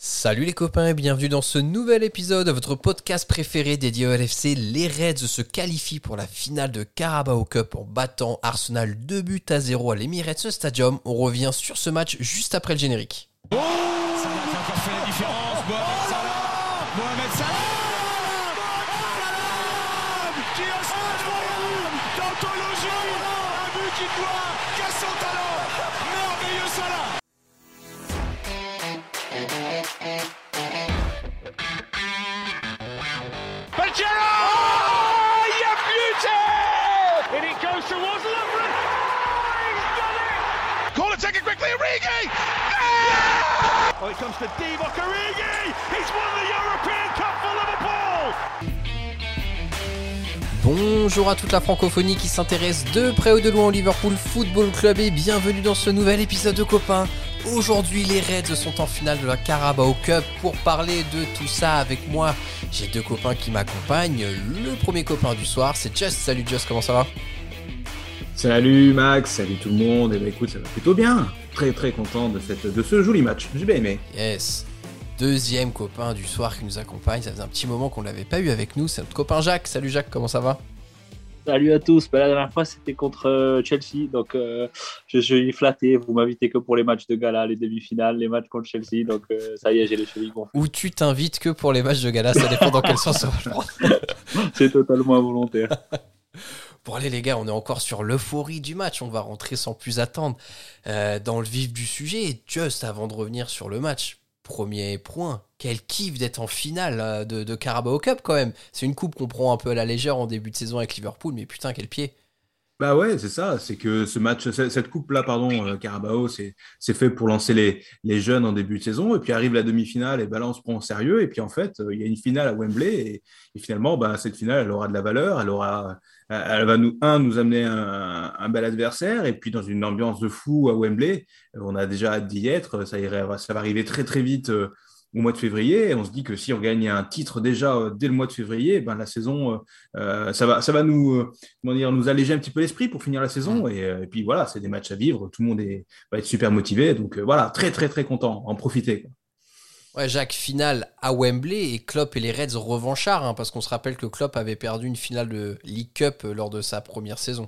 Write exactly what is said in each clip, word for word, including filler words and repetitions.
Salut les copains et bienvenue dans ce nouvel épisode de votre podcast préféré dédié au L F C. Les Reds se qualifient pour la finale de Carabao Cup en battant Arsenal deux buts à zéro à l'Emirates Stadium. On revient sur ce match juste après le générique. Oh, Salah qui a encore fait la différence. Mohamed Salah, Mohamed Salah, qui a ce incroyable d'anthologie, un but qui doit casser son talent, merveilleux Salah. Pajero, oh, il y a beauty, and it goes towards Lovren. Oh, he's done it. Call it, take it quickly, Origi. Oh, it comes to Divock Origi. He's won the European Cup for Liverpool. Bonjour à toute la francophonie qui s'intéresse de près ou de loin au Liverpool Football Club et bienvenue dans ce nouvel épisode de copains. Aujourd'hui, les Reds sont en finale de la Carabao Cup. Pour parler de tout ça avec moi, j'ai deux copains qui m'accompagnent. Le premier copain du soir, c'est Just. Salut Just, comment ça va ? Salut Max, salut tout le monde. Et ben écoute, ça va plutôt bien. Très très content de, cette, de ce joli match. J'ai bien aimé. Yes. Deuxième copain du soir qui nous accompagne. Ça faisait un petit moment qu'on ne l'avait pas eu avec nous. C'est notre copain Jacques. Salut Jacques, comment ça va ? Salut à tous. Ben, la dernière fois, c'était contre euh, Chelsea. Donc, euh, je suis flatté. Vous m'invitez que pour les matchs de gala, les demi-finales, les matchs contre Chelsea. Donc, euh, ça y est, j'ai les chevilles gonflées. Ou tu t'invites que pour les matchs de gala. Ça dépend dans quel sens on va le prendre. C'est totalement involontaire. Bon allez les gars, on est encore sur l'euphorie du match, on va rentrer sans plus attendre euh, dans le vif du sujet. Just avant de revenir sur le match, premier point, quel kiff d'être en finale euh, de, de Carabao Cup quand même. C'est une coupe qu'on prend un peu à la légère en début de saison avec Liverpool, mais putain quel pied. Bah ouais, c'est ça. C'est que ce match, cette coupe-là, pardon, euh, Carabao, c'est, c'est fait pour lancer les, les jeunes en début de saison. Et puis arrive la demi-finale et bah là, on se prend au sérieux. Et puis en fait, euh, il y a une finale à Wembley. Et, et finalement, bah, cette finale, elle aura de la valeur. Elle aura, elle va nous, un, nous amener un, un bel adversaire. Et puis dans une ambiance de fou à Wembley, euh, on a déjà hâte d'y être. Ça, irait, ça va arriver très très vite. Euh, au mois de février, et on se dit que si on gagne un titre déjà euh, dès le mois de février, ben la saison, euh, ça va, ça va nous, euh, comment dire, nous alléger un petit peu l'esprit pour finir la saison. Et, euh, et puis voilà, c'est des matchs à vivre, tout le monde est, va être super motivé, donc euh, voilà, très très très content, en profiter, quoi. Ouais Jacques, finale à Wembley et Klopp et les Reds revanchards, hein, parce qu'on se rappelle que Klopp avait perdu une finale de League Cup lors de sa première saison.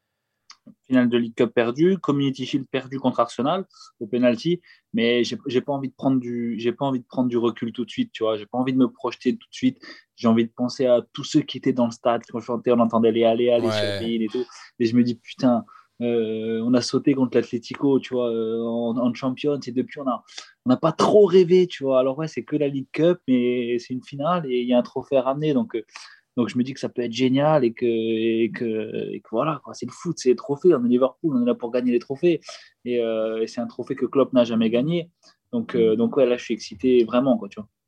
Finale de League Cup perdue, Community Shield perdu contre Arsenal au penalty, mais j'ai, j'ai pas envie de prendre du, j'ai pas envie de prendre du recul tout de suite, tu vois. J'ai pas envie de me projeter tout de suite. J'ai envie de penser à tous ceux qui étaient dans le stade quand je chantais, on entendait les aller, aller Ouais. sur l'île et tout, et je me dis putain, euh, on a sauté contre l'Atlético, tu vois, euh, en, en Champions, et depuis on a, on n'a pas trop rêvé, tu vois. Alors ouais, c'est que la League Cup, mais c'est une finale et il y a un trophée à ramener, donc. Euh, Donc, je me dis que ça peut être génial et que, et que, et que voilà, quoi, c'est le foot, c'est les trophées. On est Liverpool, on est là pour gagner les trophées. Et, euh, et c'est un trophée que Klopp n'a jamais gagné. Donc, euh, donc ouais, là, je suis excité vraiment, quoi, tu vois.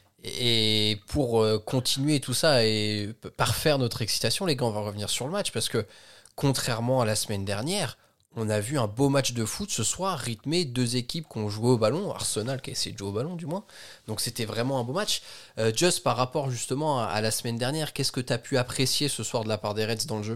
Et pour euh, continuer tout ça et parfaire notre excitation, les gars, on va revenir sur le match parce que contrairement à la semaine dernière, on a vu un beau match de foot ce soir, rythmé, deux équipes qui ont joué au ballon, Arsenal qui a essayé de jouer au ballon du moins, donc c'était vraiment un beau match. Euh, Just par rapport justement à, à la semaine dernière, qu'est-ce que tu as pu apprécier ce soir de la part des Reds dans le jeu ?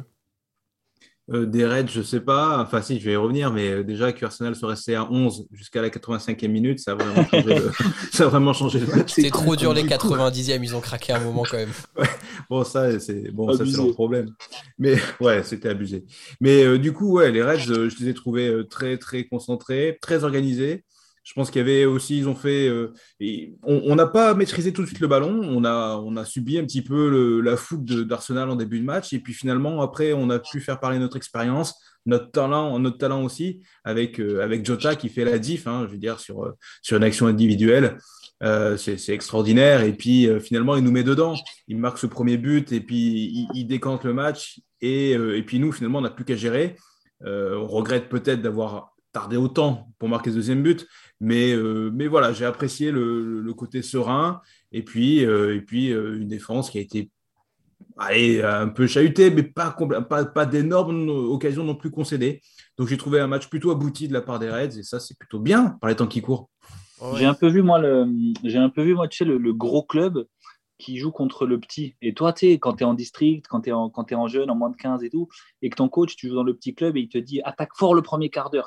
Euh, des Reds, je sais pas, enfin si, je vais y revenir, mais euh, déjà que Arsenal soit resté à onze jusqu'à la quatre-vingt-cinquième minute, ça a vraiment changé le, ça a vraiment changé le match. C'était trop dur les quatre-vingt-dixième, ils ont craqué un moment quand même. Ouais, bon, ça, c'est bon, ça, Abusé. c'est leur problème. Mais ouais, c'était abusé. Mais euh, du coup, ouais, les Reds, euh, je les ai trouvés euh, très, très concentrés, très organisés. Je pense qu'il y avait aussi, ils ont fait. Euh, et on on n'a pas maîtrisé tout de suite le ballon. On a, on a subi un petit peu le- la fougue de- d'Arsenal en début de match. Et puis finalement, après, on a pu faire parler notre expérience, notre talent, notre talent aussi, avec, euh, avec Jota qui fait la diff, hein, je veux dire, sur, euh, sur une action individuelle. Euh, c'est c'est extraordinaire. Et puis euh, finalement, il nous met dedans. Il marque ce premier but et puis il, il décante le match. Et, euh, et puis nous, finalement, on n'a plus qu'à gérer. Euh, on regrette peut-être d'avoir tardé autant pour marquer ce deuxième but. Mais, euh, mais voilà, j'ai apprécié le, le côté serein. Et puis, euh, et puis euh, une défense qui a été allez, un peu chahutée, mais pas, compl- pas, pas d'énormes occasions non plus concédées. Donc j'ai trouvé un match plutôt abouti de la part des Reds. Et ça, c'est plutôt bien par les temps qui courent. Ouais. J'ai un peu vu, moi, le, j'ai un peu vu, moi, tu sais, le, le gros club qui joue contre le petit. Et toi, tu sais, quand tu es en district, quand tu es en, quand t'es en jeune, en moins de quinze et tout, et que ton coach, tu joues dans le petit club et il te dit attaque fort le premier quart d'heure, tu sais.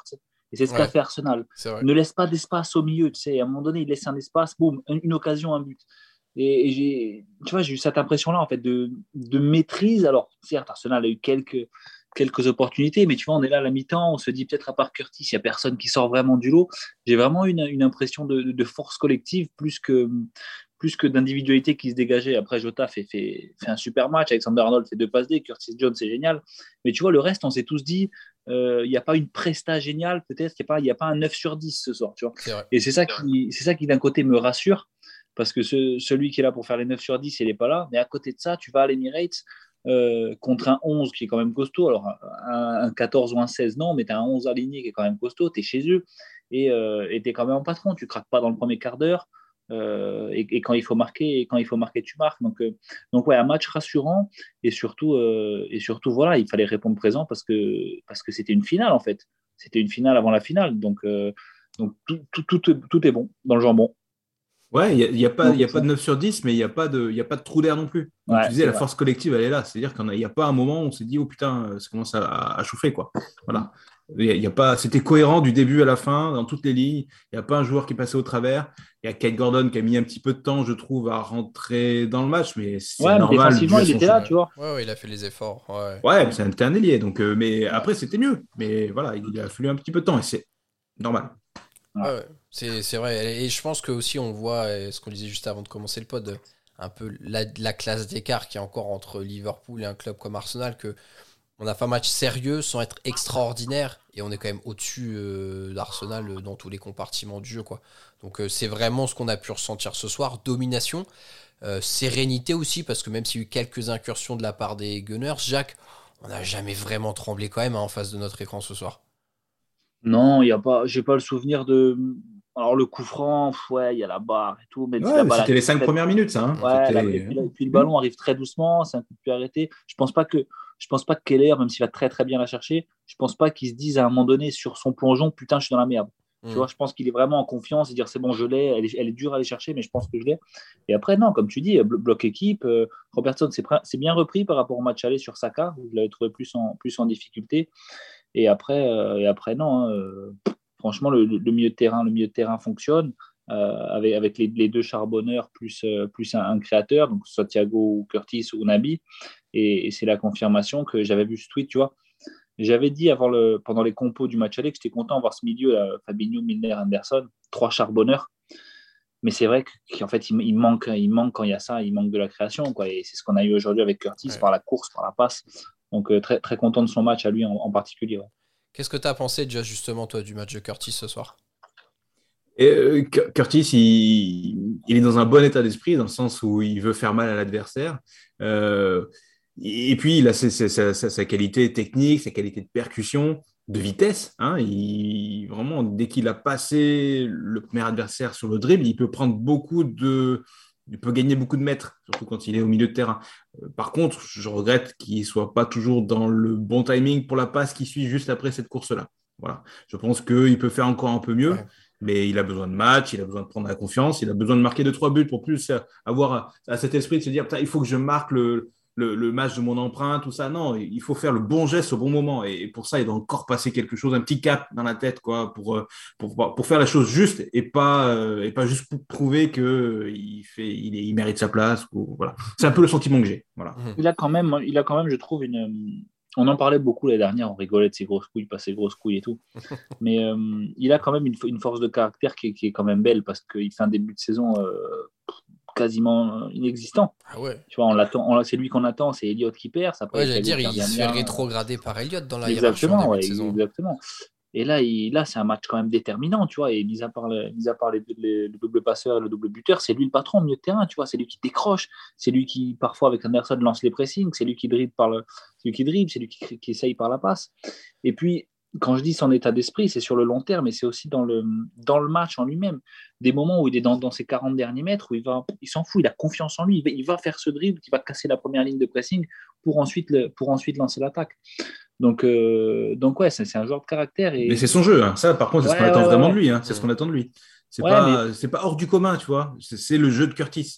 Et c'est ce Ouais. qu'a fait Arsenal. C'est vrai. Ne laisse pas d'espace au milieu, tu sais. À un moment donné, il laisse un espace, boum, une, une occasion, un but. Et, et j'ai, tu vois, j'ai eu cette impression-là, en fait, de, de maîtrise. Alors, certes, Arsenal a eu quelques, quelques opportunités, mais tu vois, on est là à la mi-temps, on se dit peut-être à part Curtis, il n'y a personne qui sort vraiment du lot. J'ai vraiment une, une impression de, de force collective plus que, plus que d'individualité qui se dégageait. Après, Jota fait, fait, fait un super match, Alexander Arnold fait deux passes D, Curtis Jones, c'est génial. Mais tu vois, le reste, on s'est tous dit, il euh, n'y a pas une presta géniale, peut-être, il n'y a, pas, y a pas un neuf sur dix ce soir. Tu vois. C'est vrai. Et c'est ça, qui, c'est ça qui, d'un côté, me rassure, parce que ce, celui qui est là pour faire les neuf sur dix, il n'est pas là. Mais à côté de ça, tu vas à l'Emirates euh, contre un onze qui est quand même costaud. Alors, un, un quatorze ou un seize, non, mais tu as un onze aligné qui est quand même costaud, tu es chez eux et euh, tu es quand même en patron. Tu ne craques pas dans le premier quart d'heure. Euh, et, et quand il faut marquer, et quand il faut marquer, tu marques. Donc, euh, donc ouais, un match rassurant et surtout, euh, et surtout, voilà, il fallait répondre présent parce que parce que c'était une finale en fait. C'était une finale avant la finale, donc euh, donc tout, tout, tout, tout est bon dans le jambon. Ouais, il n'y a, y a, pas- y a Donc, pas de neuf sur dix, mais il n'y a, pas de- y a pas de trou d'air non plus. Comme tu ouais, disais, c'est la vrai. force collective, elle est là. C'est-à-dire qu'il n'y a, a pas un moment où on s'est dit, oh putain, euh, ça commence à, à chauffer, quoi. Voilà. Y a, y a pas, c'était cohérent du début à la fin, dans toutes les lignes. Il n'y a pas un joueur qui est passé au travers. Il y a Kate Gordon qui a mis un petit peu de temps, je trouve, à rentrer dans le match, mais c'est Ouais, mais normal dû défensivement, à il son était jeu. là, Ouais. tu vois. Ouais, ouais, il a fait les efforts. Ouais. Ouais, mais c'est un, c'était un ailier. Donc, euh, mais après, c'était mieux. Mais voilà, il a fallu un petit peu de temps et c'est normal. Ouais, ouais. C'est, c'est vrai. Et je pense que aussi on voit, euh, ce qu'on disait juste avant de commencer le pod, euh, un peu la, la classe d'écart qu'il y a encore entre Liverpool et un club comme Arsenal, que on a fait un match sérieux sans être extraordinaire et on est quand même au-dessus euh, d'Arsenal euh, dans tous les compartiments du jeu, quoi. Donc euh, c'est vraiment ce qu'on a pu ressentir ce soir. Domination, euh, sérénité aussi, parce que même s'il y a eu quelques incursions de la part des Gunners, Jacques, on n'a jamais vraiment tremblé quand même, hein, en face de notre écran ce soir. Non, il y a pas, j'ai pas le souvenir de. Alors le coup franc, pff, ouais, il y a la barre et tout, même si Ouais, la mais balle c'était les arrive cinq très. premières minutes, ça. Hein. Ouais, la- et C'était... puis, la- et puis le ballon arrive très doucement, c'est un coup de pied arrêté. Je pense pas que, je pense pas que Keller, même s'il va très très bien la chercher, je pense pas qu'il se dise à un moment donné sur son plongeon, putain, je suis dans la merde. Tu Mm. vois, je pense qu'il est vraiment en confiance et dire c'est bon, je l'ai, elle est, elle est dure à aller chercher, mais je pense que je l'ai. Et après, non, comme tu dis, blo- bloc équipe, euh, Robertson c'est c'est bien repris par rapport au match aller sur Saka, où je l'avais trouvé plus en, plus en difficulté. Et après, euh, et après non, hein, euh, franchement, le, le milieu de terrain, le milieu de terrain fonctionne euh, avec, avec les, les deux charbonneurs plus, euh, plus un, un créateur, donc soit Thiago ou Curtis ou Naby. Et, et c'est la confirmation que j'avais vu ce tweet, tu vois. J'avais dit avant le, pendant les compos du match aller que j'étais content de voir ce milieu, là, Fabinho, Milner, Anderson, trois charbonneurs. Mais c'est vrai qu'en fait, il, il, manque, il manque quand il y a ça, il manque de la création, quoi. Et c'est ce qu'on a eu aujourd'hui avec Curtis Ouais. par la course, par la passe. Donc euh, très, très content de son match à lui en, en particulier. Ouais. Qu'est-ce que tu as pensé déjà justement toi du match de Curtis ce soir? Et, euh, Curtis, il, il est dans un bon état d'esprit, dans le sens où il veut faire mal à l'adversaire. Euh, et puis, il a sa, sa, sa, sa qualité technique, sa qualité de percussion, de vitesse. Hein. Il, vraiment, dès qu'il a passé le premier adversaire sur le dribble, il peut prendre beaucoup de... Il peut gagner beaucoup de mètres, surtout quand il est au milieu de terrain. Euh, par contre, je regrette qu'il ne soit pas toujours dans le bon timing pour la passe qui suit juste après cette course-là. Voilà. Je pense qu'il peut faire encore un peu mieux. Ouais. Mais il a besoin de match, il a besoin de prendre la confiance, il a besoin de marquer deux, trois buts pour plus avoir à, à cet esprit de se dire il faut que je marque le, le, le match de mon emprunt, tout ça. Non, il faut faire le bon geste au bon moment. Et pour ça, il doit encore passer quelque chose, un petit cap dans la tête, quoi, pour, pour, pour faire la chose juste et pas, et pas juste pour prouver qu'il fait, il, il mérite sa place. Ou, voilà. C'est un peu le sentiment que j'ai. Voilà. Il a quand même, il a quand même, je trouve, une. On en parlait beaucoup l'année dernière, on rigolait de ses grosses couilles, pas ses grosses couilles et tout. Mais euh, il a quand même une, une force de caractère qui est, qui est quand même belle parce qu'il fait un début de saison euh, quasiment inexistant. Ah ouais. Tu vois, on l'attend, on, c'est lui qu'on attend, c'est Elliott qui perd. Ça Ouais, j'allais dire, il se fait rétrograder par Elliott dans la hiérarchie en début ouais, de saison. Exactement. Et là, il, là, c'est un match quand même déterminant, tu vois. Et mis à part, le, mis à part les, les, le double passeur et le double buteur, c'est lui le patron au milieu de terrain, tu vois. C'est lui qui décroche, c'est lui qui, parfois, avec Anderson, lance les pressings, c'est lui qui dribble, par le, c'est lui qui, dribble, c'est lui qui, qui essaye par la passe. Et puis, quand je dis son état d'esprit, c'est sur le long terme, mais c'est aussi dans le, dans le match en lui-même. Des moments où il est dans, dans ses quarante derniers mètres, où il, va, il s'en fout, il a confiance en lui, il va, il va faire ce dribble qui va casser la première ligne de pressing pour ensuite, le, pour ensuite lancer l'attaque. Donc, euh, donc ouais, c'est, c'est un joueur de caractère. Et... Mais c'est son jeu, hein. Ça, par contre, c'est ouais, ce qu'on attend ouais, vraiment ouais. de lui. Hein. C'est mmh. ce qu'on attend de lui. C'est, ouais, pas, mais... c'est pas hors du commun, tu vois. C'est, c'est le jeu de Curtis.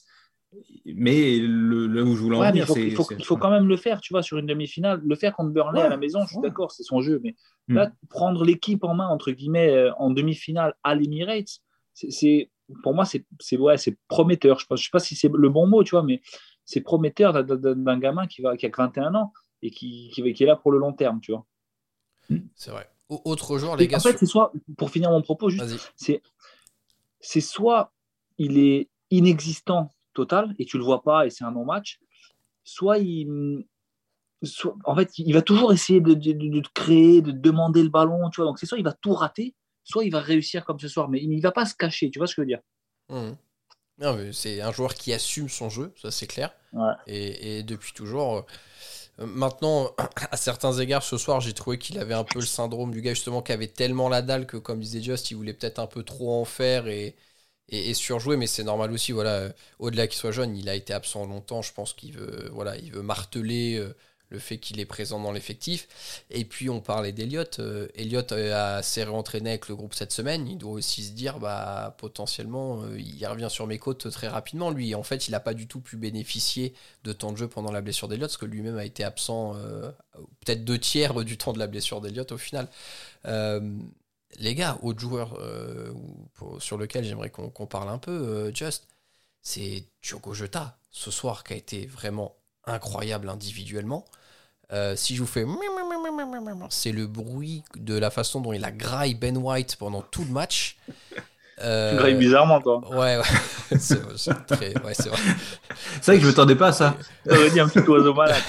Mais le, là où je voulais en Ouais, mais il venir, faut, il c'est. faut, c'est... il faut quand même le faire, tu vois, sur une demi-finale. Le faire contre Burnley Ouais, à la maison, je suis ouais. d'accord, c'est son jeu. Mais là, Mm. prendre l'équipe en main, entre guillemets, euh, en demi-finale à l'Emirates, c'est, c'est, pour moi, c'est, c'est, ouais, c'est prometteur. Je ne sais pas si c'est le bon mot, tu vois, mais c'est prometteur d'un, d'un, d'un gamin qui, va, qui a que vingt et un ans et qui, qui, qui est là pour le long terme, tu vois. C'est vrai. Au- Autre joueur, les Et gars, en fait, sur... c'est soit, pour finir mon propos, juste, Vas-y. c'est, c'est soit il est inexistant total et tu le vois pas et c'est un non-match, soit il, soit, en fait, il va toujours essayer de, de, de, de créer, de demander le ballon, tu vois. Donc c'est soit il va tout rater, soit il va réussir comme ce soir, mais il ne va pas se cacher, tu vois ce que je veux dire. Mhm. Non, mais c'est un joueur qui assume son jeu, ça c'est clair. Ouais. Et, et depuis toujours. euh, Maintenant, à certains égards, ce soir, j'ai trouvé qu'il avait un peu le syndrome du gars justement qui avait tellement la dalle que, comme disait Just, il voulait peut-être un peu trop en faire et, et, et surjouer, mais c'est normal aussi. Voilà, euh, au-delà qu'il soit jeune, il a été absent longtemps. Je pense qu'il veut, voilà, il veut marteler euh, le fait qu'il est présent dans l'effectif. Et puis, on parlait d'Eliott. Euh, Eliott euh, a s'est réentraîné avec le groupe cette semaine. Il doit aussi se dire, bah, potentiellement, euh, il revient sur mes côtes très rapidement. Lui, en fait, il n'a pas du tout pu bénéficier de temps de jeu pendant la blessure d'Eliott, parce que lui-même a été absent euh, peut-être deux tiers du temps de la blessure d'Eliott au final. Euh, les gars, autre joueur euh, pour- sur lequel j'aimerais qu'on qu'on parle un peu, euh, Just, c'est Diogo Jota, ce soir, qui a été vraiment incroyable individuellement. Euh, si je vous fais... C'est le bruit de la façon dont il a graille Ben White pendant tout le match. Tu grailles Euh, bizarrement, toi. ouais, ouais. c'est, c'est très... Ouais, c'est vrai. C'est vrai que je ne m'attendais pas à ça. T'aurais dit un petit oiseau malade.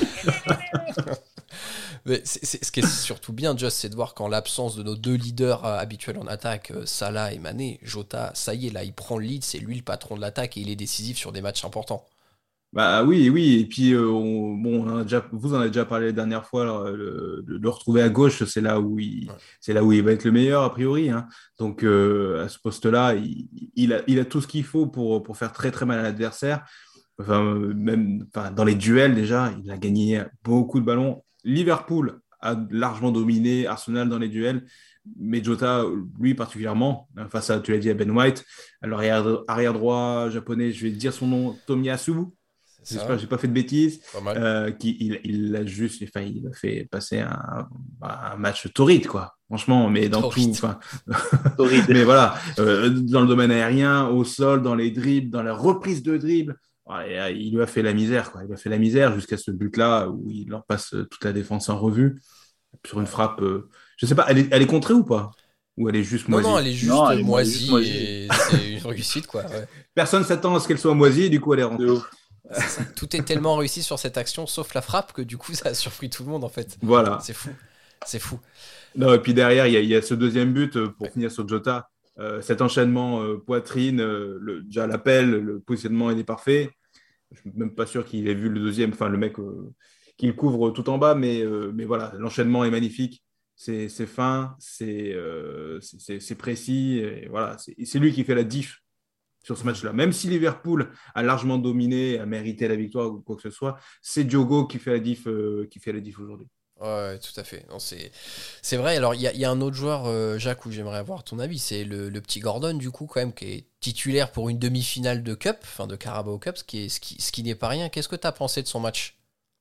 Mais c'est, c'est- ce qui est surtout bien, Just, c'est de voir qu'en l'absence de nos deux leaders euh, habituels en attaque, euh, Salah et Mané, Jota, ça y est, là, il prend le lead, c'est lui le patron de l'attaque et il est décisif sur des matchs importants. Bah oui, oui. Et puis, euh, on- bon, on en a déjà, vous en avez déjà parlé la dernière fois. Alors, le, le- le retrouver à gauche, c'est là où il, Ouais. c'est là où il va être le meilleur, a priori, hein. Donc, euh, à ce poste-là, il, il a, il a tout ce qu'il faut pour, pour faire très, très mal à l'adversaire. Enfin, euh, même enfin, dans les duels, déjà, il a gagné beaucoup de ballons. Liverpool a largement dominé Arsenal dans les duels. Mais Jota, lui particulièrement, hein, face à, tu l'as dit, à Ben White. Alors, arrière, arrière droit japonais, je vais dire son nom, Tomiyasu. C'est J'espère que ça, j'ai pas fait de bêtises. pas mal. Euh, qui, il, il a juste, enfin, il a fait passer un, un match torride, quoi. Franchement, mais dans tout, Torride. enfin, Torride. mais voilà, euh, dans le domaine aérien, au sol, dans les dribbles, dans la reprise de dribble, ouais, il lui a fait la misère, quoi. Il lui a fait la misère jusqu'à ce but-là où il leur passe toute la défense en revue sur une Ouais. frappe. Euh, je sais pas, elle est, elle est contrée ou pas? Ou elle est juste Non, non, elle moisie? est juste Non, elle est moi, juste moisie moisie. et c'est une réussite, quoi. Ouais. Personne s'attend à ce qu'elle soit moisie, et du coup, elle est C'est rentrée. ouf. C'est ça. Tout est tellement réussi sur cette action, sauf la frappe, que du coup, ça a surpris tout le monde, en fait. Voilà. C'est fou. C'est fou. Non, et puis derrière, il y, a- il y a ce deuxième but euh, pour Ouais. finir sur Jota. Euh, cet enchaînement euh, poitrine, euh, le, déjà l'appel, le positionnement, il est parfait. Je suis même pas sûr qu'il ait vu le deuxième, enfin le mec euh, qui le couvre tout en bas, mais, euh, mais voilà, l'enchaînement est magnifique. C'est c'est fin, c'est euh, c'est c'est- c'est précis. Et voilà, c'est c'est lui qui fait la diff sur ce match-là. Même si Liverpool a largement dominé, a mérité la victoire ou quoi que ce soit, c'est Diogo qui fait la diff, euh, qui fait la diff aujourd'hui. Ouais, tout à fait. Non, c'est, c'est vrai. Alors, il y a, il y a un autre joueur, euh, Jacques, où j'aimerais avoir ton avis. C'est le, le petit Gordon, du coup, quand même, qui est titulaire pour une demi-finale de Cup, enfin de Carabao Cup, ce qui, est, ce qui, ce qui n'est pas rien. Qu'est-ce que tu as pensé de son match?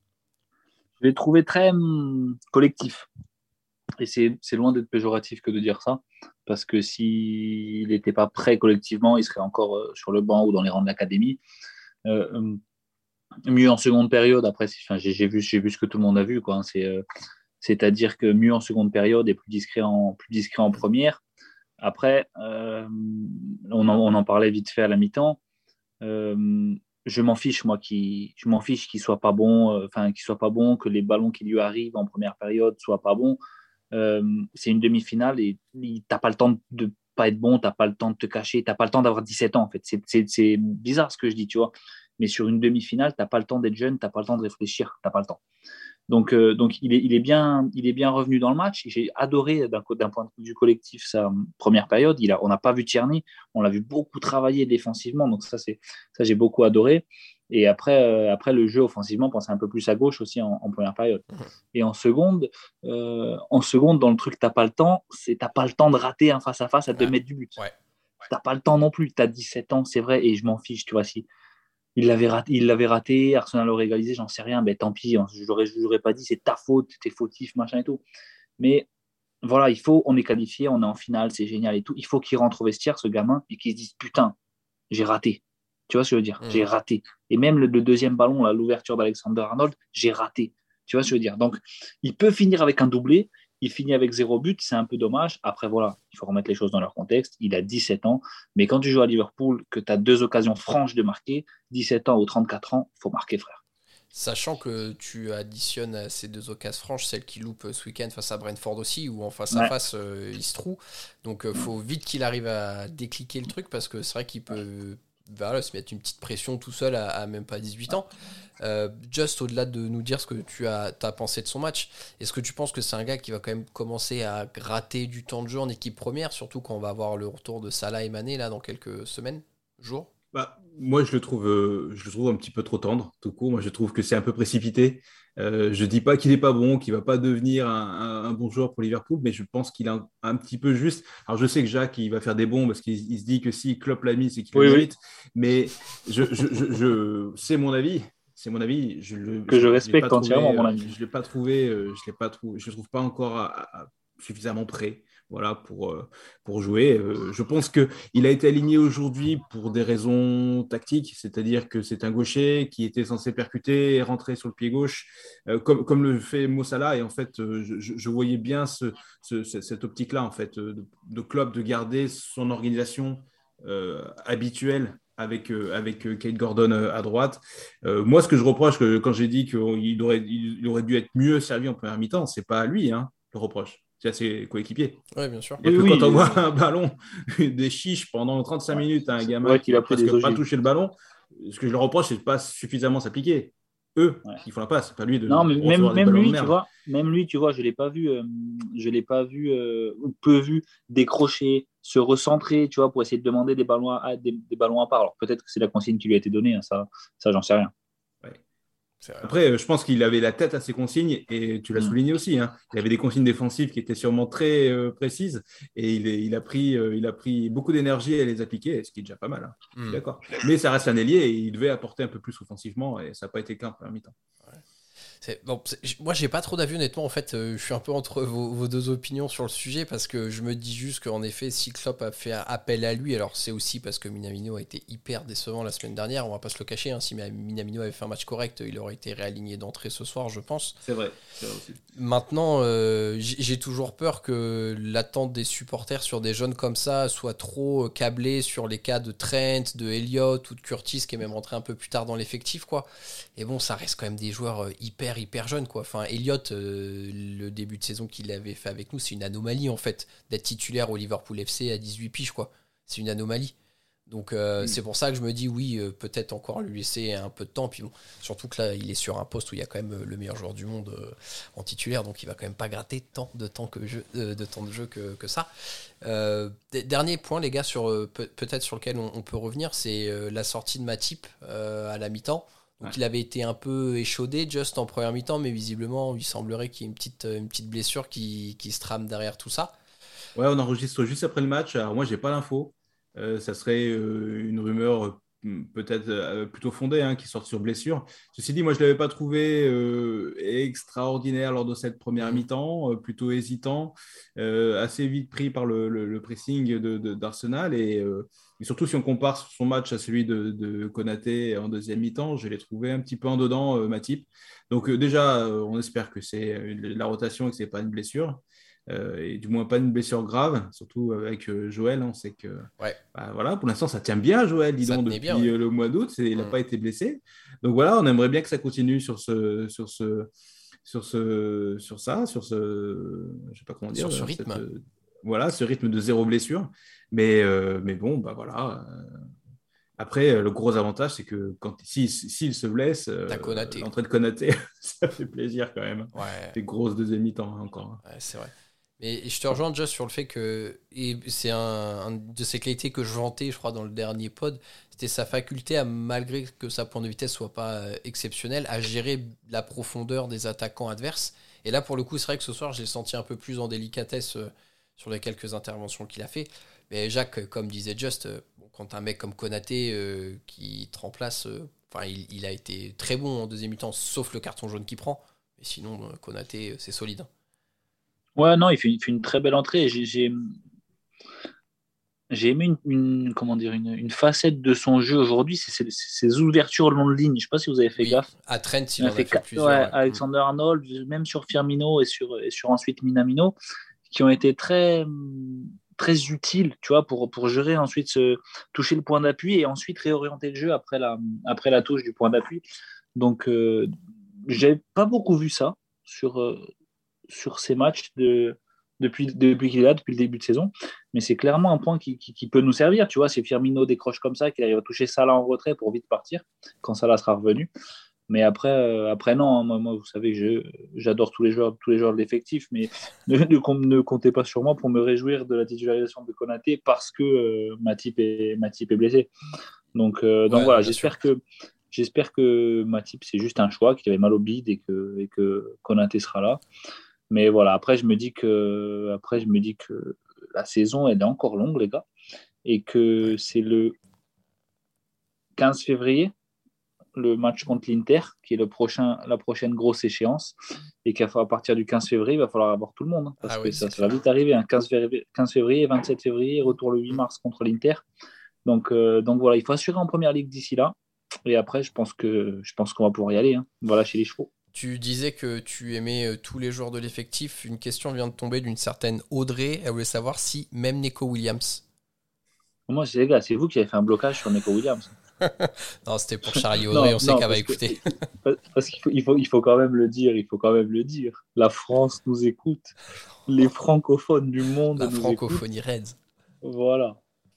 Je l'ai trouvé très hum, collectif. Et c'est, c'est loin d'être péjoratif que de dire ça, parce que s'il n'était pas prêt collectivement, il serait encore euh, sur le banc ou dans les rangs de l'académie. Euh, hum, mieux en seconde période, après, c'est- enfin, j'ai, j'ai vu, j'ai vu ce que tout le monde a vu, quoi, hein. C'est, euh, c'est-à-dire que mieux en seconde période et plus discret en, plus discret en première. Après, euh, on, en, on en parlait vite fait à la mi-temps. Euh, je m'en fiche, moi, qui, je m'en fiche qu'il soit pas bon, euh, enfin, qu'il soit pas bon, que les ballons qui lui arrivent en première période soient pas bons. Euh, c'est une demi-finale et tu n'as pas le temps de pas être bon, tu n'as pas le temps de te cacher, tu n'as pas le temps d'avoir dix-sept ans, en fait. C'est, c'est, c'est bizarre ce que je dis, tu vois. Mais sur une demi-finale, tu n'as pas le temps d'être jeune, tu n'as pas le temps de réfléchir, tu n'as pas le temps. Donc, euh, donc il, est, il, est bien, il est bien revenu dans le match. J'ai adoré, d'un, d'un point de vue collectif, sa première période. Il a, on n'a pas vu Tierney, on l'a vu beaucoup travailler défensivement. Donc, ça, c'est, ça j'ai beaucoup adoré. Et après, euh, après, le jeu offensivement pensait un peu plus à gauche aussi en, en première période. Et en seconde, euh, en seconde, dans le truc, tu n'as pas le temps, c'est, tu n'as pas le temps de rater un face-à-face à deux Ouais. mètres du but. Ouais. Tu n'as pas le temps non plus. Tu as dix-sept ans, c'est vrai, et je m'en fiche, tu vois. Si, il l'avait raté, il l'avait raté, Arsenal aurait égalisé, j'en sais rien, mais tant pis, hein, je l'aurais, je l'aurais pas dit, c'est ta faute, t'es fautif, machin et tout. Mais voilà, il faut, on est qualifié, on est en finale, c'est génial et tout. Il faut qu'il rentre au vestiaire, ce gamin, et qu'il se dise putain, j'ai raté. Tu vois ce que je veux dire? Mmh. J'ai raté. Et même le, le deuxième ballon, là, l'ouverture d'Alexander Arnold, j'ai raté. Tu vois ce que je veux dire? Donc, il peut finir avec un doublé, il finit avec zéro but, c'est un peu dommage. Après, voilà, il faut remettre les choses dans leur contexte. Il a dix-sept ans, mais quand tu joues à Liverpool, que tu as deux occasions franches de marquer, dix-sept ans ou trente-quatre ans, il faut marquer, frère. Sachant que tu additionnes à ces deux occasions franches, celle qui loupe ce week-end face à Brentford aussi, où en face à Ouais. face, euh, il se trouve. Donc, il faut vite qu'il arrive à décliquer le truc, parce que c'est vrai qu'il peut voilà, se mettre une petite pression tout seul à, à même pas dix-huit ans. Euh, just au-delà de nous dire ce que tu as, t'as pensé de son match, est-ce que tu penses que c'est un gars qui va quand même commencer à gratter du temps de jeu en équipe première, surtout quand on va avoir le retour de Salah et Mané là, dans quelques semaines, jours? Bah, moi, je le trouve, euh, je le trouve un petit peu trop tendre, tout court. Moi, je trouve que c'est un peu précipité. Euh, je dis pas qu'il est pas bon, qu'il va pas devenir un, un- un bon joueur pour Liverpool, mais je pense qu'il est un, un petit peu juste. Alors, je sais que Jacques, il va faire des bons parce qu'il il se dit que si Klopp l'a mis, c'est qu'il le Oui, oui, mérite. Mais je, je, je, je- c'est mon avis. C'est mon avis. Je le, que je je, je l'ai pas respecte entièrement, trouvé. mon euh, ami. Je l'ai pas trouvé. euh, Je l'ai pas trouvé. Je le trouve pas encore à- à- à suffisamment prêt. Voilà pour, euh, pour jouer. Euh, je pense que il a été aligné aujourd'hui pour des raisons tactiques, c'est-à-dire que c'est un gaucher qui était censé percuter et rentrer sur le pied gauche, euh, comme, comme le fait Mo Salah. Et en fait, euh, je, je voyais bien ce, ce, cette optique-là, en fait, de, de Klopp de garder son organisation euh, habituelle avec, euh, avec euh, Kate Gordon euh, à droite. Euh, moi, ce que je reproche, que, quand j'ai dit qu'il aurait, il aurait dû être mieux servi en première mi-temps, c'est pas à lui, hein, le reproche. C'est à ses coéquipiers. Ouais, bien sûr. C'est-à-dire Oui, que quand oui, on euh, voit un ballon, des chiches pendant trente-cinq ouais. minutes à un C'est gamin vrai qui qu'il a va pris presque des pas ogives. toucher le ballon, ce que je leur reproche, c'est de pas suffisamment s'appliquer. Eux, Ouais. ils font la passe, c'est pas lui Non, de mais même, recevoir des même ballons de lui, tu merde. vois, même lui, tu vois, je l'ai pas vu, euh, je l'ai pas vu euh, ou peu vu décrocher, se recentrer, tu vois, pour essayer de demander des ballons à, des, des ballons à part. Alors peut-être que c'est la consigne qui lui a été donnée, hein, ça, ça, j'en sais rien. Ouais. C'est vrai. Après, euh, je pense qu'il avait la tête à ses consignes et tu l'as Mm. souligné aussi. Hein. Il avait des consignes défensives qui étaient sûrement très euh, précises et il, est- il, a pris, euh, il a pris beaucoup d'énergie à les appliquer, ce qui est déjà pas mal. Hein. Je suis Hmm. d'accord. Mais ça reste un ailier et il devait apporter un peu plus offensivement et ça n'a pas été le cas en première mi-temps. C'est- bon, c'est- j- moi, j'ai pas trop d'avis, honnêtement. En fait, euh, je suis un peu entre vos, vos deux opinions sur le sujet parce que je me dis juste qu'en effet, si Klopp a fait appel à lui, alors c'est aussi parce que Minamino a été hyper décevant la semaine dernière. On va pas se le cacher. Hein, si Minamino avait fait un match correct, il aurait été réaligné d'entrée ce soir, je pense. C'est vrai, c'est vrai aussi. Maintenant, euh, j'ai j'ai toujours peur que l'attente des supporters sur des jeunes comme ça soit trop euh, câblée sur les cas de Trent, de Elliott ou de Curtis qui est même rentré un peu plus tard dans l'effectif, quoi. Et bon, ça reste quand même des joueurs euh, hyper hyper jeunes, quoi. Enfin, Elliott, euh, le début de saison qu'il avait fait avec nous, c'est une anomalie en fait d'être titulaire au Liverpool F C à dix-huit piges, quoi. C'est une anomalie. Donc euh, Mm. c'est pour ça que je me dis oui, euh, peut-être encore lui laisser un peu de temps. Puis bon, surtout que là, il est sur un poste où il y a quand même euh, le meilleur joueur du monde euh, en titulaire, donc il va quand même pas gratter tant de temps que jeu, euh, de temps de jeu que, que ça. Euh, d- dernier point, les gars, sur euh, peut- peut-être sur lequel on, on peut revenir, c'est euh, la sortie de Matip euh, à la mi-temps. Donc Ouais. il avait été un peu échaudé juste en première mi-temps, mais visiblement, il semblerait qu'il y ait une petite, une petite blessure qui, qui se trame derrière tout ça. Ouais, on enregistre juste après le match. Alors moi, j'ai pas l'info. Euh, ça serait euh, une rumeur euh, peut-être euh, plutôt fondée hein, qui sort sur blessure. Ceci dit, moi, je l'avais pas trouvé euh, extraordinaire lors de cette première Mhm. mi-temps, euh, plutôt hésitant, euh, assez vite pris par le, le- le pressing de, de- d'Arsenal. Et, euh, et surtout, si on compare son match à celui de, de Konaté en deuxième mi-temps, je l'ai trouvé un petit peu en dedans, euh, Matip. Donc euh, déjà, euh, on espère que c'est euh, la rotation et que c'est pas une blessure. Euh, et du moins pas une blessure grave, surtout avec euh, Joël. On sait que Ouais, bah, voilà, pour l'instant, ça tient bien, Joël, dis ça donc, tenait bien, depuis ouais. euh, le mois d'août. C'est- Il n'a Mhm. pas été blessé. Donc voilà, on aimerait bien que ça continue sur ce, sur ce, sur ce, sur ça, sur ce, je sais pas comment dire, Sur ce euh, cette, rythme. euh, voilà, ce rythme de zéro blessure. Mais, euh, mais bon, bah voilà. euh, Après, euh, le gros avantage, c'est que quand s'il si, s'il se blesse, euh, T'as Konaté. l'entrée de Konaté, ça fait plaisir quand même. Ouais. C'est grosse deuxième mi-temps hein, encore. Ouais, c'est vrai. Mais je te rejoins déjà sur le fait que, et c'est un, un de ses qualités que je vantais, je crois, dans le dernier pod, c'était sa faculté à, malgré que sa pointe de vitesse soit pas euh, exceptionnelle, à gérer la profondeur des attaquants adverses. Et là, pour le coup, c'est vrai que ce soir, j'ai senti un peu plus en délicatesse euh, sur les quelques interventions qu'il a fait. Mais Jacques, comme disait Just, euh, bon, quand un mec comme Konaté euh, qui te remplace, euh, enfin, il, il a été très bon en deuxième mi-temps, sauf le carton jaune qu'il prend. Mais sinon, euh, Konaté, c'est solide. Ouais, non, il fait, il fait une très belle entrée. J'ai, j'ai, j'ai aimé une, une- comment dire, une, une facette de son jeu aujourd'hui, c'est ses, ses ouvertures long de ligne. Je ne sais pas si vous avez fait Oui, gaffe. à Trent, il Il a en a fait fait quatre- plusieurs. ouais, Ouais. Alexander Arnold, même sur Firmino et sur, et sur ensuite Minamino, qui ont été très, très utiles, tu vois, pour, pour gérer ensuite ce, toucher le point d'appui et ensuite réorienter le jeu après la, après la touche du point d'appui. Donc, euh, j'ai pas beaucoup vu ça sur, euh, sur ces matchs de, depuis, depuis qu'il est là, depuis le début de saison. Mais c'est clairement un point qui, qui, qui peut nous servir. Tu vois, si Firmino décroche comme ça, qu'il arrive à toucher Salah en retrait pour vite partir quand Salah sera revenu. Mais après, euh, après non, hein, moi, moi, vous savez que je, j'adore tous les joueurs, tous les joueurs de l'effectif, mais ne, ne, ne comptez pas sur moi pour me réjouir de la titularisation de Konaté parce que euh, Matip, est, Matip est blessé. Donc, euh, donc Ouais, voilà, bien j'espère sûr. que, j'espère que Matip, c'est juste un choix, qu'il avait mal au bide et que, et que Konaté sera là. Mais voilà, après je me dis que, après, je me dis que la saison, elle est encore longue, les gars, et que Ouais. c'est le quinze février, le match contre l'Inter, qui est le prochain, la prochaine grosse échéance, et qu'à partir du quinze février, il va falloir avoir tout le monde, hein, parce Ah que oui, ça, c'est ça va clair. vite arriver, hein, quinze février, quinze février, vingt-sept février, retour le huit Mm. mars contre l'Inter. Donc, euh, donc voilà, il faut assurer en première ligue d'ici là. Et après, je pense que je pense qu'on va pouvoir y aller. Hein. Voilà, chez les chevaux. Tu disais que tu aimais euh, tous les joueurs de l'effectif. Une question vient de tomber d'une certaine Audrey. Elle voulait savoir si même Neko Williams. Moi, c'est les gars, c'est vous qui avez fait un blocage sur Neko Williams. Non, c'était pour Charlie Audrey. non, On sait non, qu'elle va parce que écouter. parce qu'il faut, il faut, il faut quand même le dire. Il faut quand même le dire. La France nous écoute. Les francophones du monde La nous écoutent. francophonie Reds. Voilà.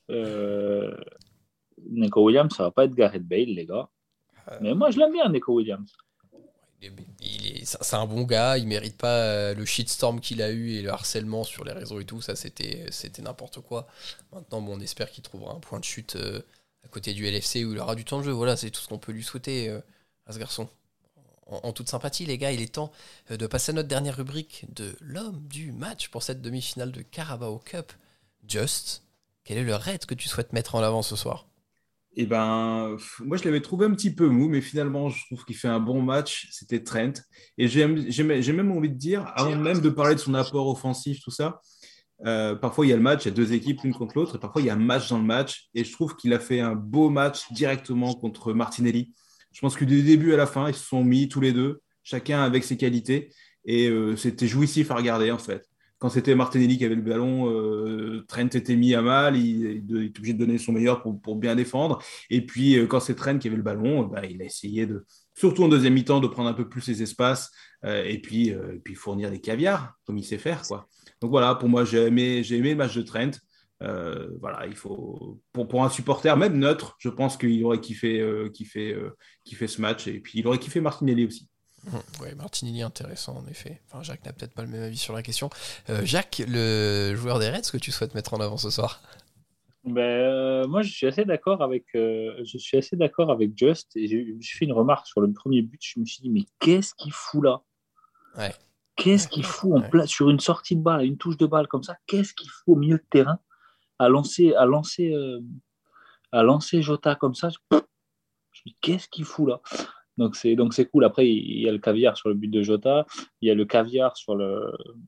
Euh, Neko Williams, ça va pas être Gareth Bale, les gars. Euh, Mais moi, je l'aime bien, Neko Williams. il est- il est- c'est c'est un bon gars. Il mérite pas euh, le shitstorm qu'il a eu et le harcèlement sur les réseaux et tout. Ça, c'était c'était n'importe quoi. Maintenant, bon, on espère qu'il trouvera un point de chute euh, à côté du L F C où il aura du temps de jeu. Voilà, c'est tout ce qu'on peut lui souhaiter euh, à ce garçon. En, en toute sympathie, les gars, il est temps euh, de passer à notre dernière rubrique de l'homme du match pour cette demi-finale de Carabao Cup. Just, quel est le raid que tu souhaites mettre en avant ce soir? Et ben, pff, moi, je l'avais trouvé un petit peu mou, mais finalement, je trouve qu'il fait un bon match. C'était Trent. Et j'ai j'ai- j'ai même envie de dire, avant même de parler de son apport offensif, tout ça, euh, parfois il y a le match, il y a deux équipes l'une contre l'autre, et parfois il y a un match dans le match. Et je trouve qu'il a fait un beau match directement contre Martinelli. Je pense que du début à la fin, ils se sont mis tous les deux, chacun avec ses qualités. Et euh, c'était jouissif à regarder, en fait. Quand c'était Martinelli qui avait le ballon, euh, Trent était mis à mal, il, il était obligé de donner son meilleur pour, pour bien défendre. Et puis, euh, quand c'est Trent qui avait le ballon, bah, il a essayé de, surtout en deuxième mi-temps, de prendre un peu plus ses espaces euh, et puis, euh, et puis fournir des caviars, comme il sait faire, quoi. Donc voilà, pour moi, j'ai aimé, j'ai aimé le match de Trent. Euh, voilà, il faut pour, pour un supporter, même neutre, je pense qu'il aurait kiffé, euh, kiffé, euh, kiffé ce match. Et puis, il aurait kiffé Martinelli aussi. Oui, Martinelli, intéressant en effet. Enfin, Jacques n'a peut-être pas le même avis sur la question. Euh, Jacques, le joueur des Reds que tu souhaites mettre en avant ce soir? Ben, euh, moi, je suis assez d'accord avec, euh, je suis assez d'accord avec Just. Et j'ai j'ai fait une remarque sur le premier but. Je me suis dit, mais qu'est-ce qu'il fout là? Ouais. Qu'est-ce Ouais, qu'il ouais, fout en ouais. pla- sur une sortie de balle, une touche de balle comme ça? Qu'est-ce qu'il fout au milieu de terrain à lancer, à lancer, euh, à lancer Jota comme ça? Je me dis, qu'est-ce qu'il fout là? Donc c'est donc c'est cool. Après, il y a le caviar sur le but de Jota. Il y a le caviar sur le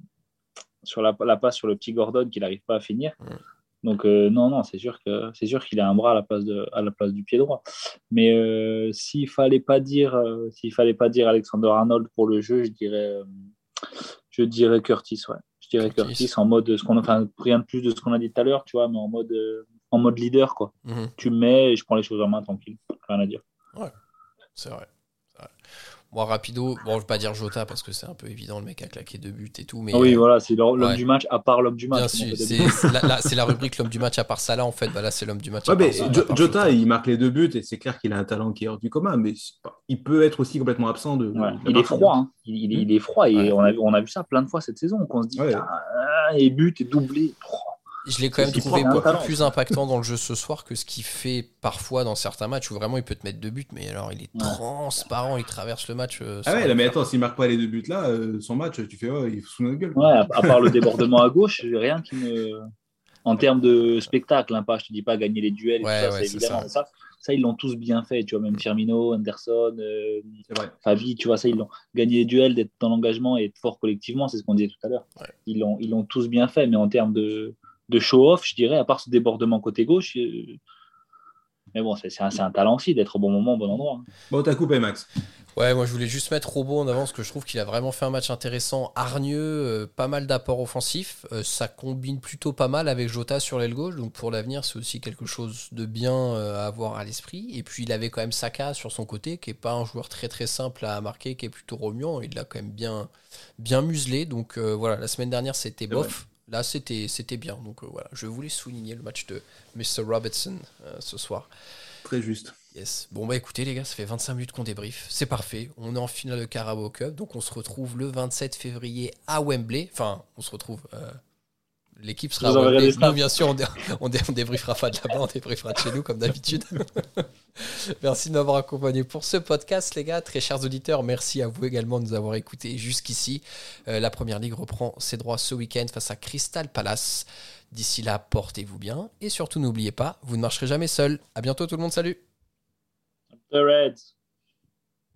sur la, la passe sur le petit Gordon qu'il n'arrive pas à finir. Mm. Donc euh, non, non, c'est sûr que c'est sûr qu'il a un bras à la place de à la place du pied droit. Mais euh, s'il fallait pas dire euh, s'il fallait pas dire Alexander Arnold pour le jeu, je dirais euh, je dirais Curtis, ouais. Je dirais Curtis. Curtis en mode ce qu'on enfin rien de plus de ce qu'on a dit tout à l'heure, tu vois, mais en mode euh, en mode leader quoi. Mhm. Tu me mets et je prends les choses en main tranquille, rien à dire. Ouais, c'est vrai. c'est vrai. Moi, rapido, bon, je vais pas dire Jota parce que c'est un peu évident, le mec a claqué deux buts et tout, mais Ah oui, euh, voilà, c'est l'homme ouais. du match à part l'homme du match. bien comme on sûr, fait c'est d'habitude. c'est la, la- c'est la rubrique l'homme du match à part Salah en fait. Bah là, c'est l'homme du match à Ouais, part, mais à Jo- part Jota, Jota. il marque les deux buts et c'est clair qu'il a un talent qui est hors du commun, mais c'est pas- il peut être aussi complètement absent de, de- Ouais. de la Il est partie, froid, hein. hein. il, il est, il est froid et Ouais. on, a, on a vu ça plein de fois cette saison. On se dit, Ouais. putain, ah, et but et doublé. Oh, Je l'ai quand même C'est trouvé fort, un beaucoup talent, plus ça. impactant dans le jeu ce soir que ce qu'il fait parfois dans certains matchs où vraiment il peut te mettre deux buts, mais alors il est Ouais. transparent, il traverse le match. euh, Ah sans ouais, rien là, mais faire. attends, s'il marque pas les deux buts là, euh, son match, tu fais, oh, il fout sous notre gueule. Ouais, à, à part le débordement à gauche, j'ai rien qui me. En termes de spectacle, hein, pas, je te dis pas gagner les duels, et Ouais, tout ça, ouais, c'est c'est évidemment. ça. Ça. Ça, ils l'ont tous bien fait, tu vois, même Firmino, Anderson, euh, C'est vrai. Fabi, tu vois, ça, ils l'ont gagné les duels, d'être dans l'engagement et être fort collectivement, c'est ce qu'on disait tout à l'heure. Ouais. Ils l'ont, ils l'ont tous bien fait, mais en termes de, de show-off, je dirais, à part ce débordement côté gauche, euh, mais bon, c'est, c'est, un, c'est un talent aussi d'être au bon moment, au bon endroit. hein. Bon, t'as coupé, Max. Ouais, moi je voulais juste mettre Robbo en avant parce que je trouve qu'il a vraiment fait un match intéressant, hargneux, euh, pas mal d'apports offensifs. Euh, ça combine plutôt pas mal avec Jota sur l'aile gauche, donc pour l'avenir c'est aussi quelque chose de bien euh, à avoir à l'esprit. Et puis il avait quand même Saka sur son côté, qui est pas un joueur très très simple à marquer, qui est plutôt remuant. Il l'a quand même bien, bien muselé. Donc euh, voilà, la semaine dernière c'était bof. Là c'était, c'était bien. Donc euh, voilà, je voulais souligner le match de mister Robertson euh, ce soir. Très juste. Yes. Bon bah écoutez les gars, ça fait vingt-cinq minutes qu'on débrief, c'est parfait, on est en finale de Carabao Cup, donc on se retrouve le vingt-sept février à Wembley, enfin on se retrouve, euh, l'équipe sera à Vous enverrez Wembley, des stats. non bien sûr on, dé- on, dé- on débriefera pas de là-bas, on débriefera de chez nous comme d'habitude. Merci de m'avoir accompagné pour ce podcast les gars, très chers auditeurs, merci à vous également de nous avoir écoutés jusqu'ici. Euh, la Première Ligue reprend ses droits ce week-end face à Crystal Palace. D'ici là, portez-vous bien et surtout n'oubliez pas, vous ne marcherez jamais seul. À bientôt tout le monde, salut. The Reds.